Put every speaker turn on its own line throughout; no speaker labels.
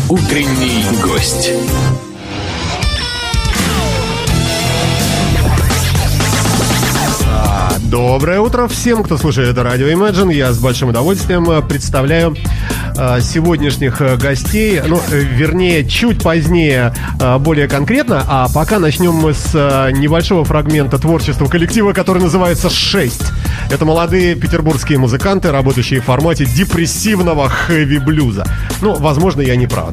Утренний гость.
Доброе утро всем, кто слушает радио Imagine. Я с большим удовольствием представляю сегодняшних гостей. Ну, вернее, чуть позднее, более конкретно. А пока начнем мы с небольшого фрагмента творчества коллектива, который называется «6». Это молодые петербургские музыканты, работающие в формате депрессивного хэви-блюза. Ну, возможно, я не прав.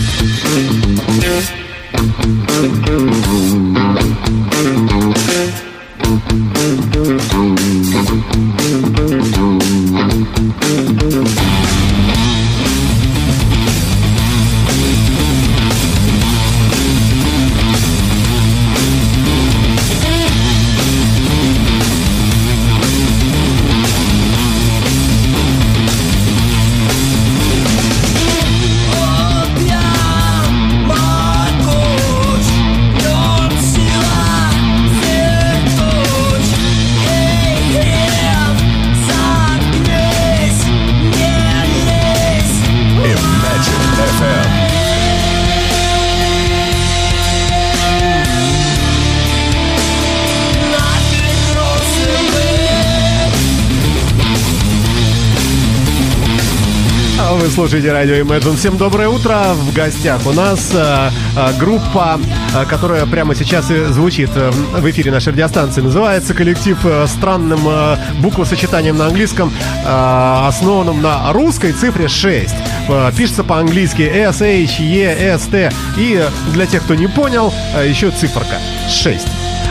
Вы слушаете радио Imagine. Всем доброе утро. В гостях у нас группа, которая прямо сейчас и звучит в эфире нашей радиостанции. Называется коллектив странным буквосочетанием на английском, основанном на русской цифре 6. Пишется по-английски S-H-E-S-T. И для тех, кто не понял, еще циферка 6.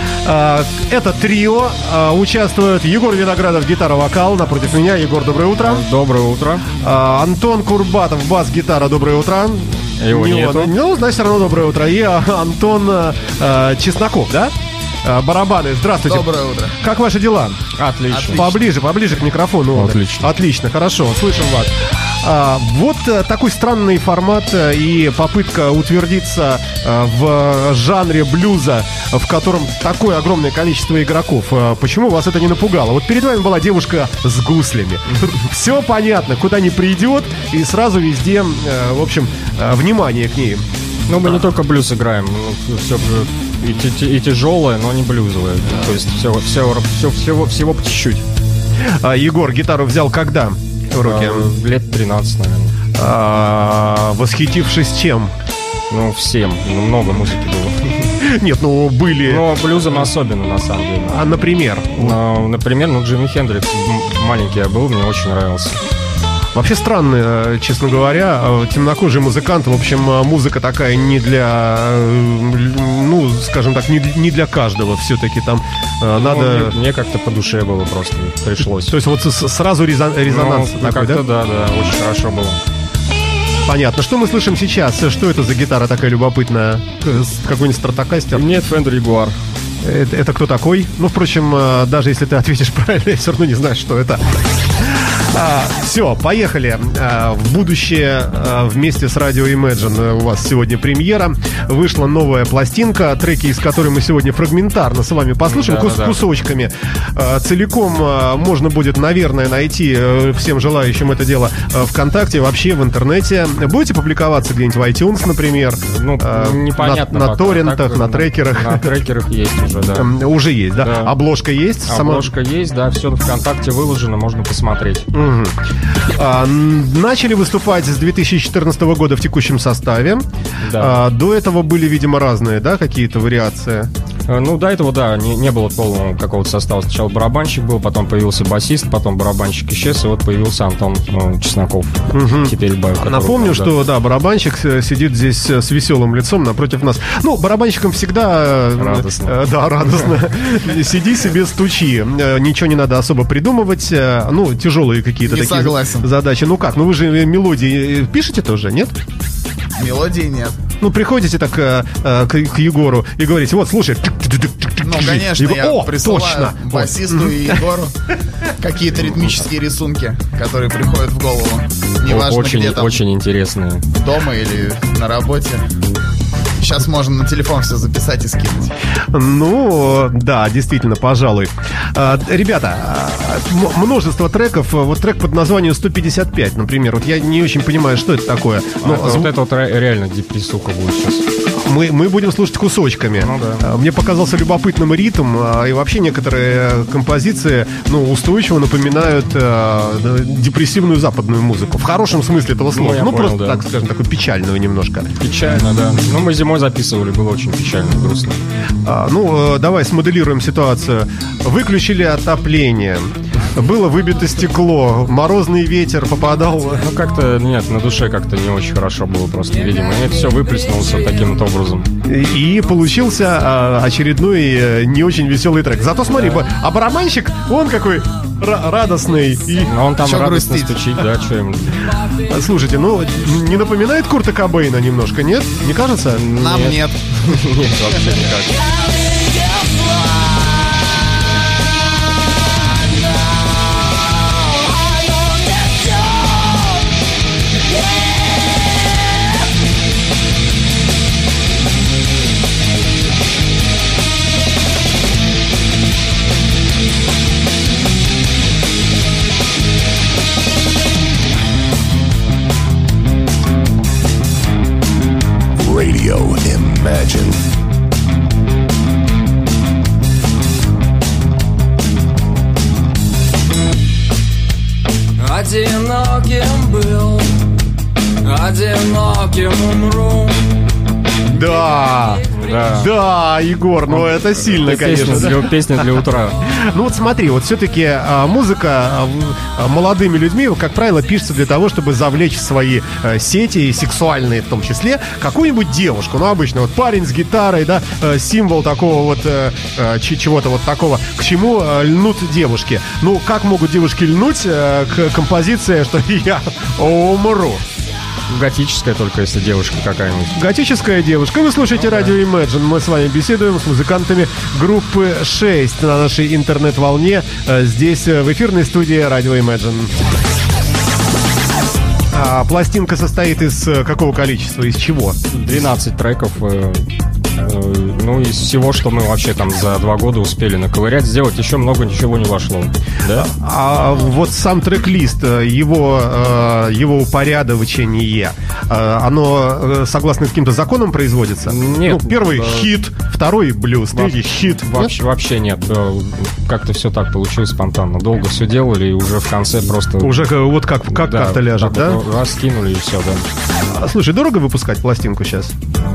Это трио. Участвуют Егор Виноградов, гитара-вокал. Напротив меня Егор, доброе утро.
Доброе утро.
Антон Курбатов, бас-гитара, доброе утро.
Его нету.
Ну, значит, все равно доброе утро. И Антон Чесноков, да? Барабаны, здравствуйте.
Доброе утро.
Как ваши дела?
Отлично.
Поближе к микрофону.
Отлично.
Отлично, хорошо, слышим вас. Вот такой странный формат и попытка утвердиться в жанре блюза, в котором такое огромное количество игроков. Почему вас это не напугало? Вот перед вами была девушка с гуслями. Все понятно, куда ни придет, и сразу везде, в общем, внимание к ней.
Ну, мы не только блюз играем, все и тяжелое, но не блюзовое. То есть всего по чуть-чуть.
Егор гитару взял когда в руки?
Лет 13, наверное.
Восхитившись чем?
Ну, всем. Много музыки было.
Нет, ну были.
Но блюзом особенно, на самом деле.
А например?
Например, Джимми Хендрикс. Маленький я был, мне очень нравился.
Вообще странно, честно говоря, темнокожий музыкант. В общем, музыка такая не для, ну, скажем так, не для каждого. Все-таки там надо...
Мне как-то по душе было просто, пришлось.
То есть вот сразу резонанс такой,
как-то да, очень хорошо было.
Понятно. Что мы слышим сейчас? Что это за гитара такая любопытная? Какой-нибудь стратокастер?
Нет, Fender Jaguar.
Это кто такой? Ну, впрочем, даже если ты ответишь правильно, я все равно не знаю, что это. Все, поехали. В будущее вместе с радио Imagine у вас сегодня премьера. Вышла новая пластинка, треки из которой мы сегодня фрагментарно с вами послушаем, кусочками. Целиком можно будет, наверное, найти всем желающим это дело ВКонтакте, вообще в интернете. Будете публиковаться где-нибудь в iTunes, например?
Ну, непонятно.
На торрентах, на трекерах.
На трекерах есть уже, да.
Уже есть, да? Обложка есть?
Обложка есть, да, все на ВКонтакте выложено, можно посмотреть.
Начали выступать с 2014 года в текущем составе.
Да.
До этого были, видимо, разные, да, какие-то вариации?
Ну, до этого, да, не было полного какого-то состава. Сначала барабанщик был, потом появился басист, потом барабанщик исчез, и вот появился Антон Чесноков. Теперь
напомню, что, да, барабанщик сидит здесь с веселым лицом напротив нас. Ну, барабанщикам всегда...
Радостно.
Да, радостно. Сиди себе, стучи. Ничего не надо особо придумывать. Ну, тяжелые какие-то такие задачи. Ну как, ну вы же мелодии пишете тоже, нет?
Мелодии нет.
Ну, приходите так к Егору и говорите: вот, слушай.
Ну, конечно,
Егор,
я присылаю басисту и Егору какие-то ритмические рисунки, которые приходят в голову. Неважно,
очень,
где там.
Очень интересные.
Дома или на работе. Сейчас можно на телефон все записать и скинуть.
Ну, да, действительно, пожалуй. Ребята, множество треков. Вот трек под названием 155, например. Вот я не очень понимаю, что это такое. Но
вот это вот реально депрессуха будет сейчас.
Мы будем слушать кусочками.
Ну, да.
Мне показался любопытным ритм, и вообще некоторые композиции, устойчиво напоминают депрессивную западную музыку. В хорошем смысле этого слова.
Я понял,
просто,
да.
так скажем, такую печальную немножко.
Печально, да. Мы зимой записывали, было очень печально, грустно.
Давай смоделируем ситуацию. Выключили отопление. Было выбито стекло, морозный ветер попадал.
Как-то, нет, на душе как-то не очень хорошо было просто, видимо. И это все выплеснулось вот таким вот образом.
И получился очередной не очень веселый трек. Зато смотри, а барабанщик, он какой радостный.
Но он там
Чё
радостно
грустит?
стучит, да, что ему.
Слушайте, не напоминает Курта Кобейна немножко, нет? Не кажется?
Нам нет.
Нет, вообще никак.
Radio Imagine.
Одиноким был, одиноким умру.
Да, да, Егор, это сильно, конечно. Да?
Песня для утра.
Ну вот смотри, вот все-таки музыка молодыми людьми, как правило, пишется для того, чтобы завлечь в свои сети, сексуальные в том числе, какую-нибудь девушку. Ну, обычно вот парень с гитарой, да, символ такого вот, чего-то вот такого, к чему льнут девушки. Ну, как могут девушки льнуть к композиции, что я умру?
Готическая только, если девушка какая-нибудь.
Готическая девушка. Вы слушаете радио Imagine. Мы с вами беседуем с музыкантами группы 6 на нашей интернет-волне. Здесь, в эфирной студии радио Imagine. Пластинка состоит из какого количества? Из чего?
12 треков. Из всего, что мы вообще там за 2 года успели наковырять, сделать, еще много ничего не вошло. Да?
А вот сам трек-лист, его упорядочение, оно согласно каким-то законам производится?
Нет.
Первый хит, второй блюз, третий хит.
Вообще нет. Как-то все так получилось спонтанно. Долго все делали, и уже в конце просто...
Уже вот как карта ляжет, да?
Вот раскинули, и все, да.
Слушай, дорого выпускать пластинку сейчас?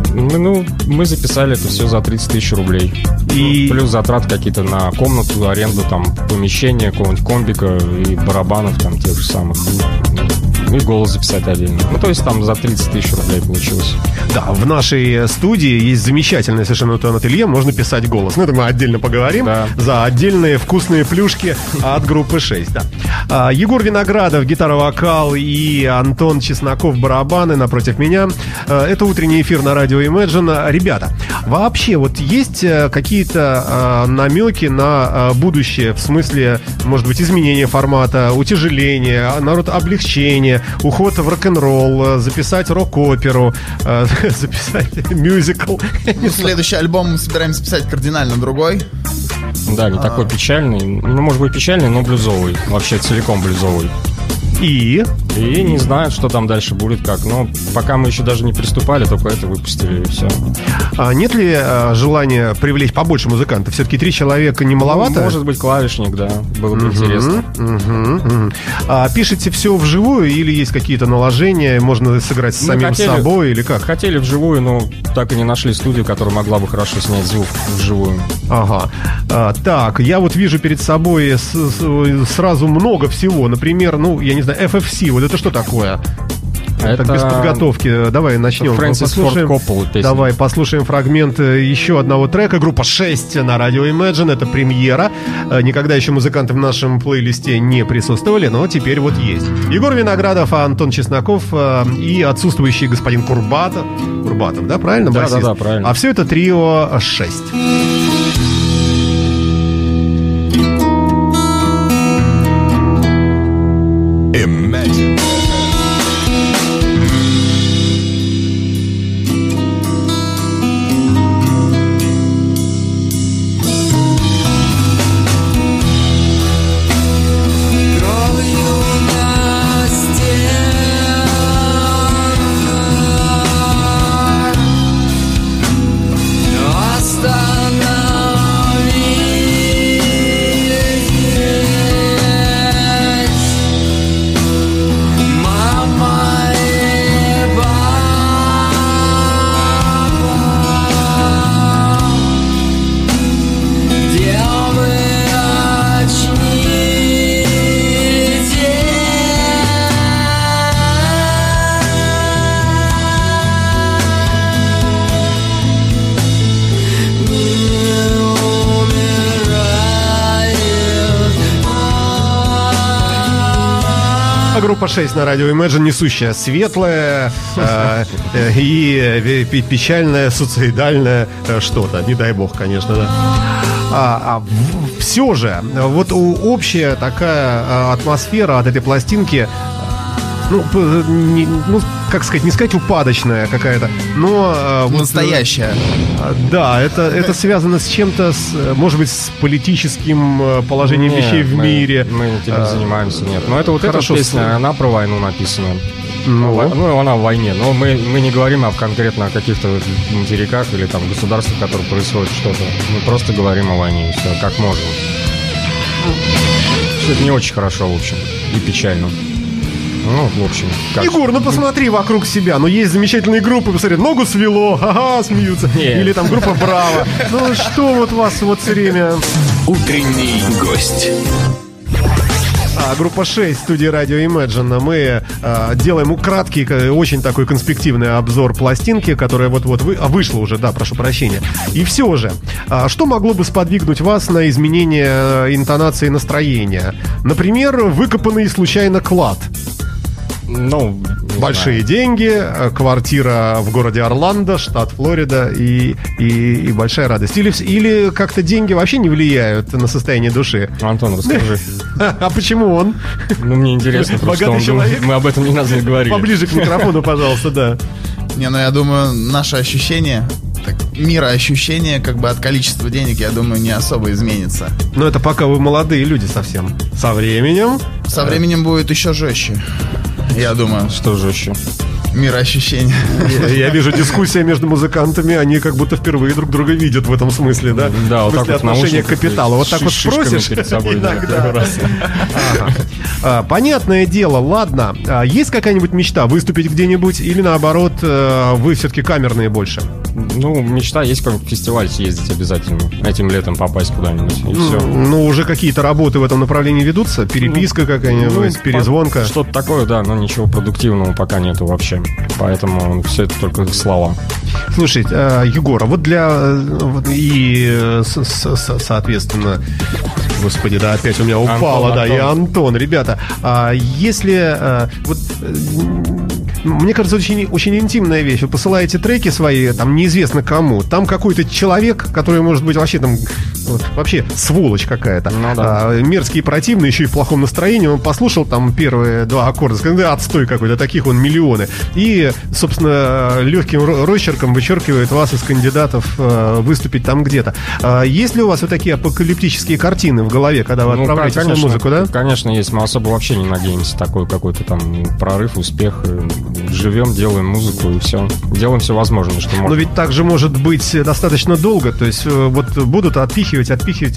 Мы записали это все за 30 тысяч рублей.
И...
Плюс затрат какие-то на комнату, аренду, там, помещение, какого-нибудь комбика и барабанов там тех же самых. И голос записать отдельно. То есть там за 30 тысяч рублей получилось. Да,
в нашей студии есть замечательное совершенно тон-ателье, можно писать голос. Это мы отдельно поговорим, да. За отдельные вкусные плюшки от группы 6, да. Егор Виноградов, гитара-вокал, и Антон Чесноков, барабаны напротив меня. Это утренний эфир на радио Imagine. Ребята, вообще вот есть какие-то намеки на будущее, в смысле, может быть, изменения формата, утяжеления, наоборот, облегчения, уход в рок-н-ролл, записать рок-оперу, записать мюзикл?
Следующий альбом мы собираемся писать кардинально другой.
Да, не такой печальный. Может быть, печальный, но блюзовый. Вообще целиком блюзовый. И не знаю, что там дальше будет, как. Но пока мы еще даже не приступали, только это выпустили, и все.
Нет ли желания привлечь побольше музыкантов? Все-таки 3 человека не маловато?
Может быть, клавишник, да. Было бы интересно.
Пишете все вживую или есть какие-то наложения? Можно сыграть с самим собой или как?
Хотели вживую, но так и не нашли студию, которая могла бы хорошо снять звук вживую.
Ага. Так, я вот вижу перед собой сразу много всего. Например, я не знаю, FFC, вот это что такое? Это без подготовки. Давай начнем.
Фрэнсис Форд Коппола песня.
Давай послушаем фрагмент еще одного трека. Группа 6 на радио Imagine. Это премьера. Никогда еще музыканты в нашем плейлисте не присутствовали, но теперь вот есть. Егор Виноградов, Антон Чесноков и отсутствующий господин Курбатов. Курбатов, да, правильно?
Да, правильно.
А все это трио 6.
Imagine.
Группа 6 на радио Imagine, несущая светлое и печальное, суицидальное что-то. Не дай бог, конечно, да. Все же, вот общая такая атмосфера от этой пластинки, как сказать, не сказать упадочная какая-то, но...
Настоящая.
Да, это связано с чем-то, может быть, с политическим положением вещей в мире.
Мы этим не занимаемся, нет. Но это вот
Хорошо,
эта песня, она про войну написана. Она в войне, но мы не говорим конкретно о каких-то материках или там государствах, в которых происходит что-то. Мы просто говорим о войне, и все, как можем. Это не очень хорошо, в общем, и печально. В общем,
Егор, посмотри вокруг себя. Есть замечательные группы, посмотри, ногу свело, ха-ха, смеются. Или там группа Браво. Что вот вас все время...
Утренний гость.
Группа 6, студия радио Imagine. Мы делаем краткий, очень такой конспективный обзор пластинки, которая вот-вот вышла уже, да, прошу прощения. И все же, что могло бы сподвигнуть вас на изменение интонации настроения? Например, выкопанный случайно клад. Большие деньги, квартира в городе Орландо, штат Флорида и большая радость. Или как-то деньги вообще не влияют на состояние души?
Антон, расскажи.
А почему он?
Мне интересно, просто мы об этом не раз не говорили.
Поближе к микрофону, пожалуйста, да.
Я думаю, наше ощущение, мироощущение от количества денег, я думаю, не особо изменится.
Но это пока вы молодые люди совсем. Со временем
будет еще жестче. Я думаю.
Что жестче?
Мироощущение.
Я вижу дискуссия между музыкантами, они как будто впервые друг друга видят в этом смысле, да?
Да,
в смысле отношения к капиталу. Вот так вот спросишь иногда. Понятное дело, ладно. Есть какая-нибудь мечта выступить где-нибудь или наоборот, вы все-таки камерные больше?
Мечта есть, как фестиваль съездить обязательно. Этим летом попасть куда-нибудь, и все.
Уже какие-то работы в этом направлении ведутся? Переписка какая-нибудь, перезвонка?
Что-то такое, да, но ничего продуктивного пока нету вообще. Поэтому все это только слова.
Слушай, Егор, соответственно, господи, да, опять у меня упало, Антон. И Антон, ребята, если мне кажется, очень интимная вещь. Вы посылаете треки свои, там, неизвестно кому. Там какой-то человек, который, может быть, вообще там... вообще сволочь какая-то. Мерзкий и противный, еще и в плохом настроении. Он послушал там первые два аккорда, сказал, да, отстой какой-то, таких миллионы. И, собственно, легким росчерком вычеркивает вас из кандидатов выступить там где-то. Есть ли у вас вот такие апокалиптические картины в голове, когда вы отправляете свою музыку, да?
Конечно, есть. Мы особо вообще не надеемся такой какой-то там прорыв, успех. Живем, делаем музыку и все. Делаем все возможное, что можем.
Но ведь так же может быть достаточно долго. То есть будут отпихивать.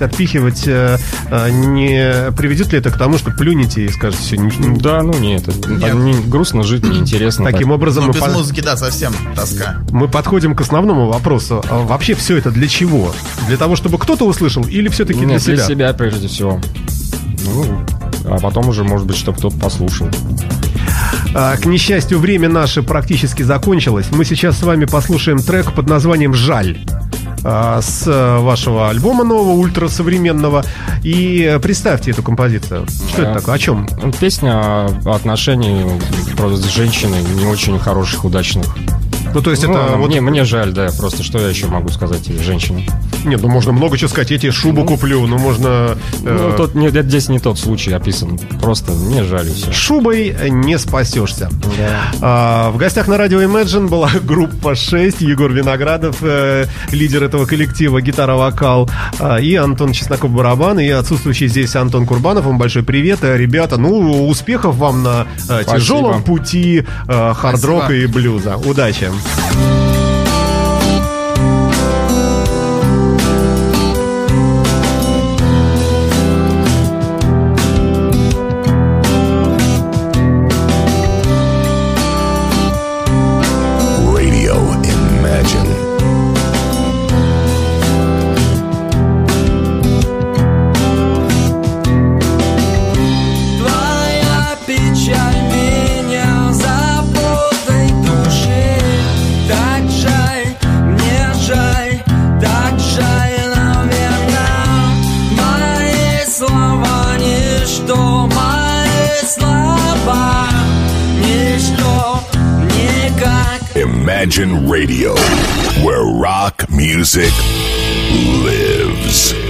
Не приведет ли это к тому, что плюнете и скажете все?
Да, нет. Грустно жить, неинтересно.
Таким образом...
без музыки, да, совсем тоска.
Мы подходим к основному вопросу. Вообще все это для чего? Для того, чтобы кто-то услышал или все-таки для себя?
Для себя, прежде всего. А потом уже, может быть, чтобы кто-то послушал.
К несчастью, время наше практически закончилось. Мы сейчас с вами послушаем трек под названием «Жаль» с вашего альбома нового, ультрасовременного. И представьте эту композицию. Что это такое? О чем?
Песня о отношении просто с женщиной не очень хороших, удачных.
То есть это...
Мне жаль, да. Просто что я еще могу сказать женщине?
Нет, можно много чего сказать. Я тебе шубу куплю, можно...
Здесь не тот случай описан. Просто мне жаль и все.
Шубой не спасешься.
Да.
В гостях на радио Imagine была группа 6. Егор Виноградов, лидер этого коллектива, гитара-вокал, и Антон Чесноков-барабан, и отсутствующий здесь Антон Курбанов. Вам большой привет. Ребята, успехов вам на тяжелом пути хард-рока и блюза. Удачи!
Печаль меня заботой души так
Imagine Radio, where rock music lives.